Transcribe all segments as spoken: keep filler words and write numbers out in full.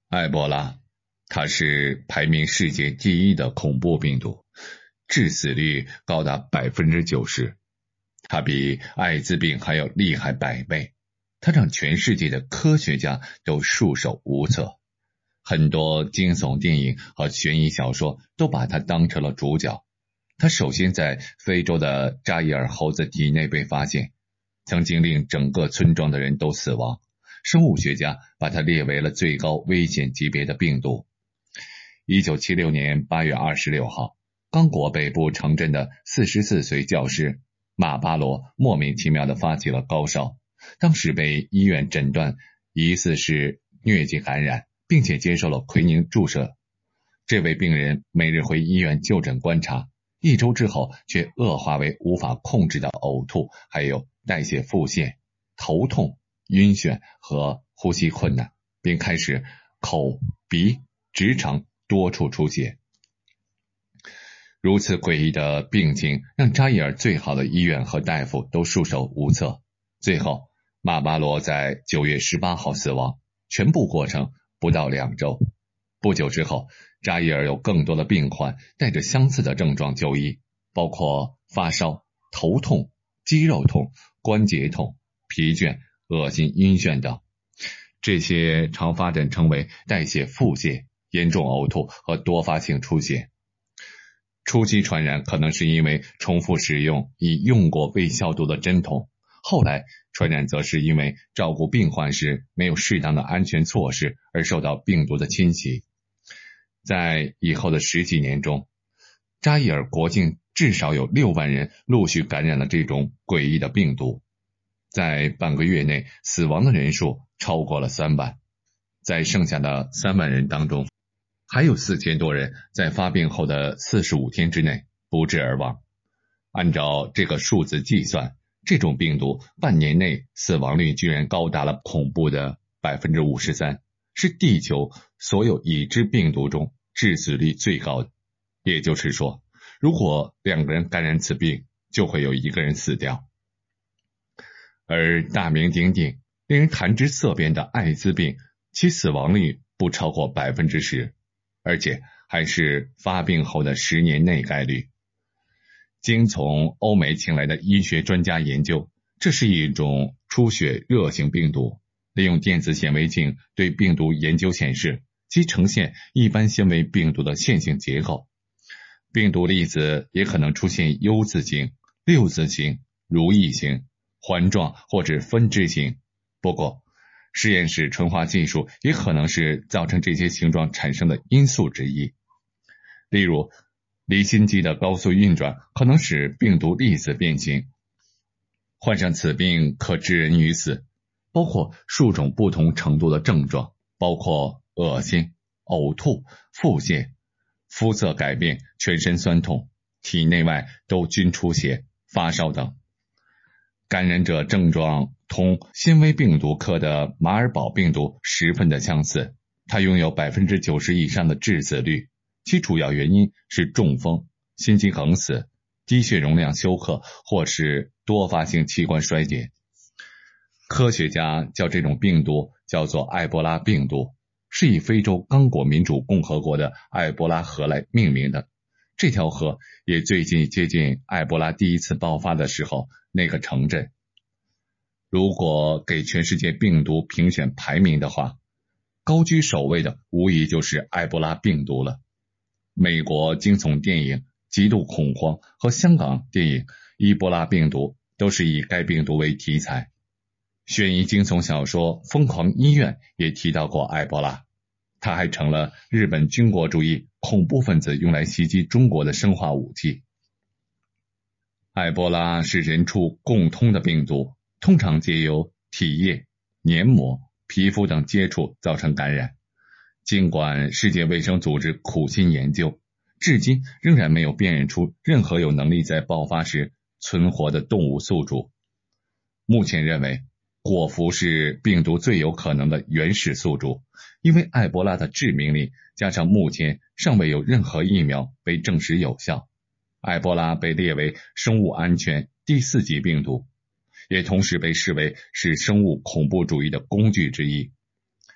埃博拉，它是排名世界第一的恐怖病毒，致死率高达 百分之九十， 它比艾滋病还要厉害百倍，它让全世界的科学家都束手无策。很多惊悚电影和悬疑小说都把它当成了主角。它首先在非洲的扎伊尔猴子体内被发现，曾经令整个村庄的人都死亡。生物学家把它列为了最高危险级别的病毒。一九七六年八月二十六号，刚果北部城镇的四十四岁教师马巴罗莫名其妙地发起了高烧，当时被医院诊断疑似是疟疾感染，并且接受了奎宁注射。这位病人每日回医院就诊观察，一周之后却恶化为无法控制的呕吐，还有代谢腹泻、头痛、晕眩和呼吸困难，并开始口、鼻、直肠多处出血。如此诡异的病情让扎伊尔最好的医院和大夫都束手无策。最后，马巴罗在九月十八号死亡，全部过程不到两周。不久之后，扎伊尔有更多的病患带着相似的症状就医，包括发烧、头痛、肌肉痛、关节痛、疲倦、恶心、晕眩等。这些常发展成为代谢腹泻、严重呕吐和多发性出血。初期传染可能是因为重复使用已用过未消毒的针筒，后来传染则是因为照顾病患时没有适当的安全措施而受到病毒的侵袭。在以后的十几年中，扎伊尔国境至少有六万人陆续感染了这种诡异的病毒，在半个月内死亡的人数超过了三万。在剩下的三万人当中，还有四千多人在发病后的四十五天之内不治而亡。按照这个数字计算，这种病毒半年内死亡率居然高达了恐怖的 百分之五十三， 是地球所有已知病毒中致死率最高的。也就是说，如果两个人感染此病，就会有一个人死掉。而大名鼎鼎、令人谈之色变的艾滋病，其死亡率不超过 百分之十， 而且还是发病后的十年内概率。经从欧美请来的医学专家研究，这是一种出血热性病毒。利用电子显微镜对病毒研究显示，其呈现一般纤维病毒的线性结构。病毒粒子也可能出现 U 字形、六字形、如意形、环状或者分支形。不过，实验室纯化技术也可能是造成这些形状产生的因素之一。例如，离心机的高速运转可能使病毒粒子变形。患上此病可致人于死，包括数种不同程度的症状，包括恶心、呕吐、腹泻、肤色改变、全身酸痛、体内外都均出血、发烧等。感染者症状同纤维病毒科的马尔堡病毒十分的相似，它拥有 百分之九十 以上的致死率，其主要原因是中风、心肌梗死、低血容量休克或是多发性器官衰竭。科学家叫这种病毒叫做埃博拉病毒，是以非洲刚果民主共和国的埃博拉河来命名的。这条河也最近接近埃博拉第一次爆发的时候那个城镇。如果给全世界病毒评选排名的话，高居首位的无疑就是埃博拉病毒了。美国惊悚电影《极度恐慌》和香港电影《伊波拉病毒》都是以该病毒为题材。悬疑惊悚小说《疯狂医院》也提到过埃博拉，它还成了日本军国主义恐怖分子用来袭击中国的生化武器。埃博拉是人畜共通的病毒，通常借由体液、黏膜、皮肤等接触造成感染。尽管世界卫生组织苦心研究，至今仍然没有辨认出任何有能力在爆发时存活的动物宿主。目前认为，果蝠是病毒最有可能的原始宿主，因为埃博拉的致命力加上目前尚未有任何疫苗被证实有效，埃博拉被列为生物安全第四级病毒，也同时被视为是生物恐怖主义的工具之一。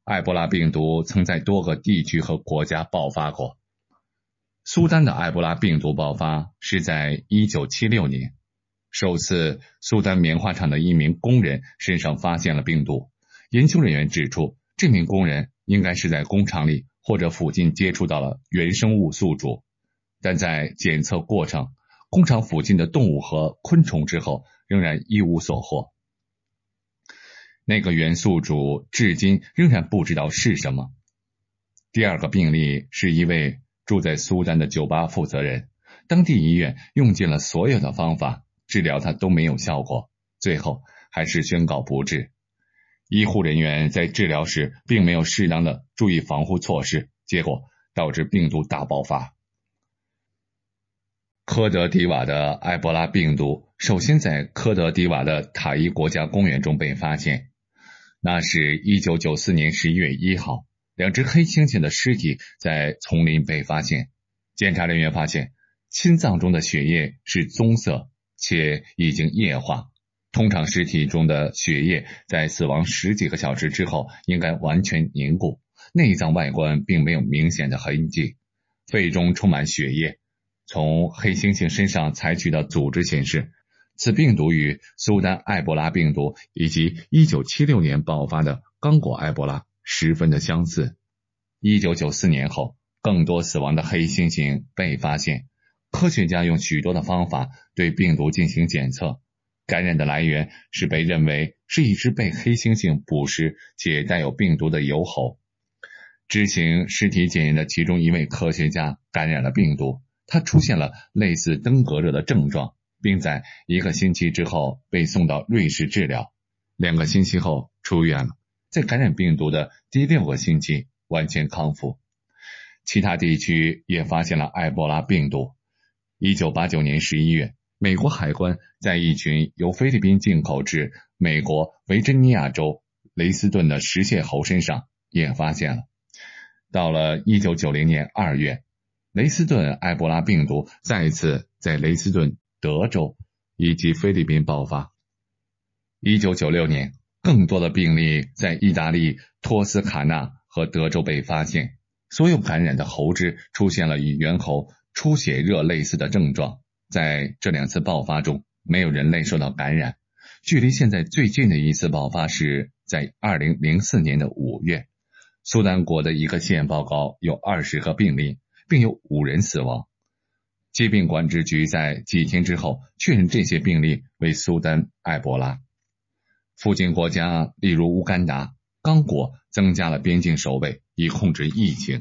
埃博拉病毒曾在多个地区和国家爆发过。苏丹的埃博拉病毒爆发是在一九七六年，首次苏丹棉花厂的一名工人身上发现了病毒。研究人员指出，这名工人应该是在工厂里或者附近接触到了原生物宿主，但在检测过程，工厂附近的动物和昆虫之后仍然一无所获。那个原宿主至今仍然不知道是什么。第二个病例是一位住在苏丹的酒吧负责人，当地医院用尽了所有的方法，治疗他都没有效果，最后还是宣告不治。医护人员在治疗时并没有适当的注意防护措施，结果导致病毒大爆发。科德迪瓦的埃博拉病毒首先在科德迪瓦的塔伊国家公园中被发现，那是一九九四年十一月一号，两只黑猩猩的尸体在丛林被发现。检查人员发现，心脏中的血液是棕色，且已经液化。通常尸体中的血液在死亡十几个小时之后应该完全凝固，内脏外观并没有明显的痕迹，肺中充满血液。从黑猩猩身上采取的组织显示，此病毒与苏丹埃博拉病毒以及一九七六年爆发的刚果埃博拉十分的相似。一九九四年后，更多死亡的黑猩猩被发现，科学家用许多的方法对病毒进行检测，感染的来源是被认为是一只被黑猩猩捕食且带有病毒的疣猴。执行尸体检验的其中一位科学家感染了病毒，他出现了类似登革热的症状，并在一个星期之后被送到瑞士治疗，两个星期后出院了，在感染病毒的第六个星期完全康复。其他地区也发现了埃博拉病毒。一九八九年十一月，美国海关在一群由菲律宾进口至美国维珍尼亚州雷斯顿的食蟹猴身上也发现了。到了一九九零年二月，雷斯顿埃博拉病毒再次在雷斯顿、德州以及菲律宾爆发。一九九六年，更多的病例在意大利托斯卡纳和德州被发现，所有感染的猴只出现了与猿猴出血热类似的症状。在这两次爆发中，没有人类受到感染。距离现在最近的一次爆发是在二零零四年的五月，苏丹国的一个县报告有二十个病例，并有五人死亡。疾病管制局在几天之后确认这些病例为苏丹埃博拉。附近国家例如乌干达、刚果增加了边境守卫，以控制疫情。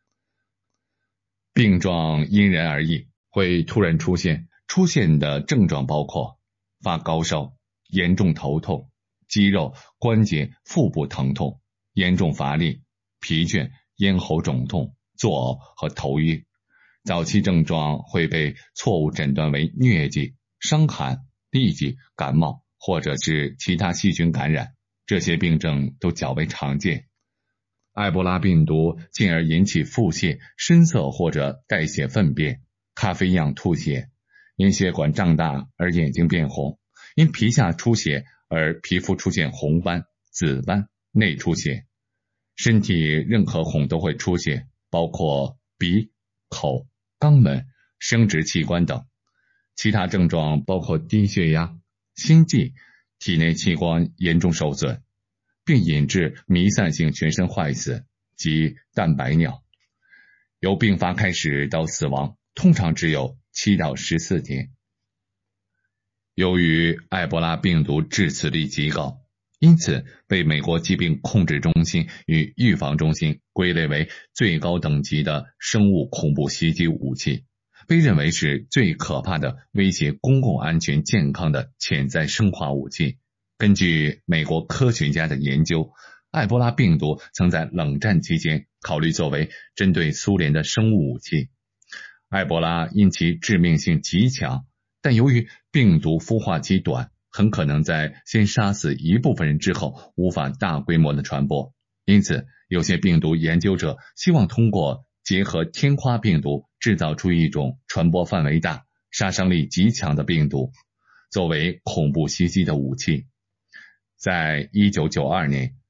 病状因人而异，会突然出现，出现的症状包括发高烧、严重头痛、肌肉、关节、腹部疼痛、严重乏力、疲倦、咽喉肿痛、作呕和头晕。早期症状会被错误诊断为疟疾、伤寒、痢疾、感冒或者是其他细菌感染，这些病症都较为常见。埃博拉病毒进而引起腹泻、深色或者带血粪便、咖啡样吐血，因血管胀大而眼睛变红，因皮下出血而皮肤出现红斑、紫斑、内出血。身体任何孔都会出血，包括鼻、口、肛门、生殖器官等。其他症状包括低血压、心悸、体内器官严重受损，并引致弥散性全身坏死及蛋白尿。由病发开始到死亡通常只有七到十四天。由于埃博拉病毒致死率极高，因此被美国疾病控制中心与预防中心归类为最高等级的生物恐怖袭击武器，被认为是最可怕的威胁公共安全健康的潜在生化武器。根据美国科学家的研究，埃博拉病毒曾在冷战期间考虑作为针对苏联的生物武器。埃博拉因其致命性极强，但由于病毒孵化期短，很可能在先杀死一部分人之后无法大规模的传播。因此，有些病毒研究者希望通过结合天花病毒制造出一种传播范围大、杀伤力极强的病毒，作为恐怖袭击的武器。在一九九二年，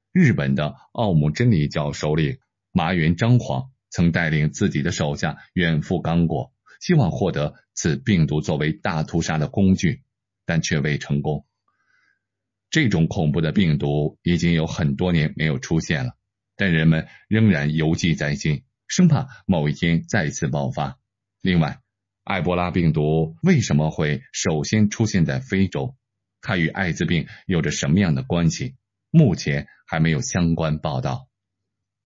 日本的奥姆真理教首领麻原彰晃曾带领自己的手下远赴刚果，希望获得此病毒作为大屠杀的工具，但却未成功。这种恐怖的病毒已经有很多年没有出现了，但人们仍然犹记在心，生怕某一天再次爆发。另外，埃博拉病毒为什么会首先出现在非洲？它与艾滋病有着什么样的关系？目前还没有相关报道。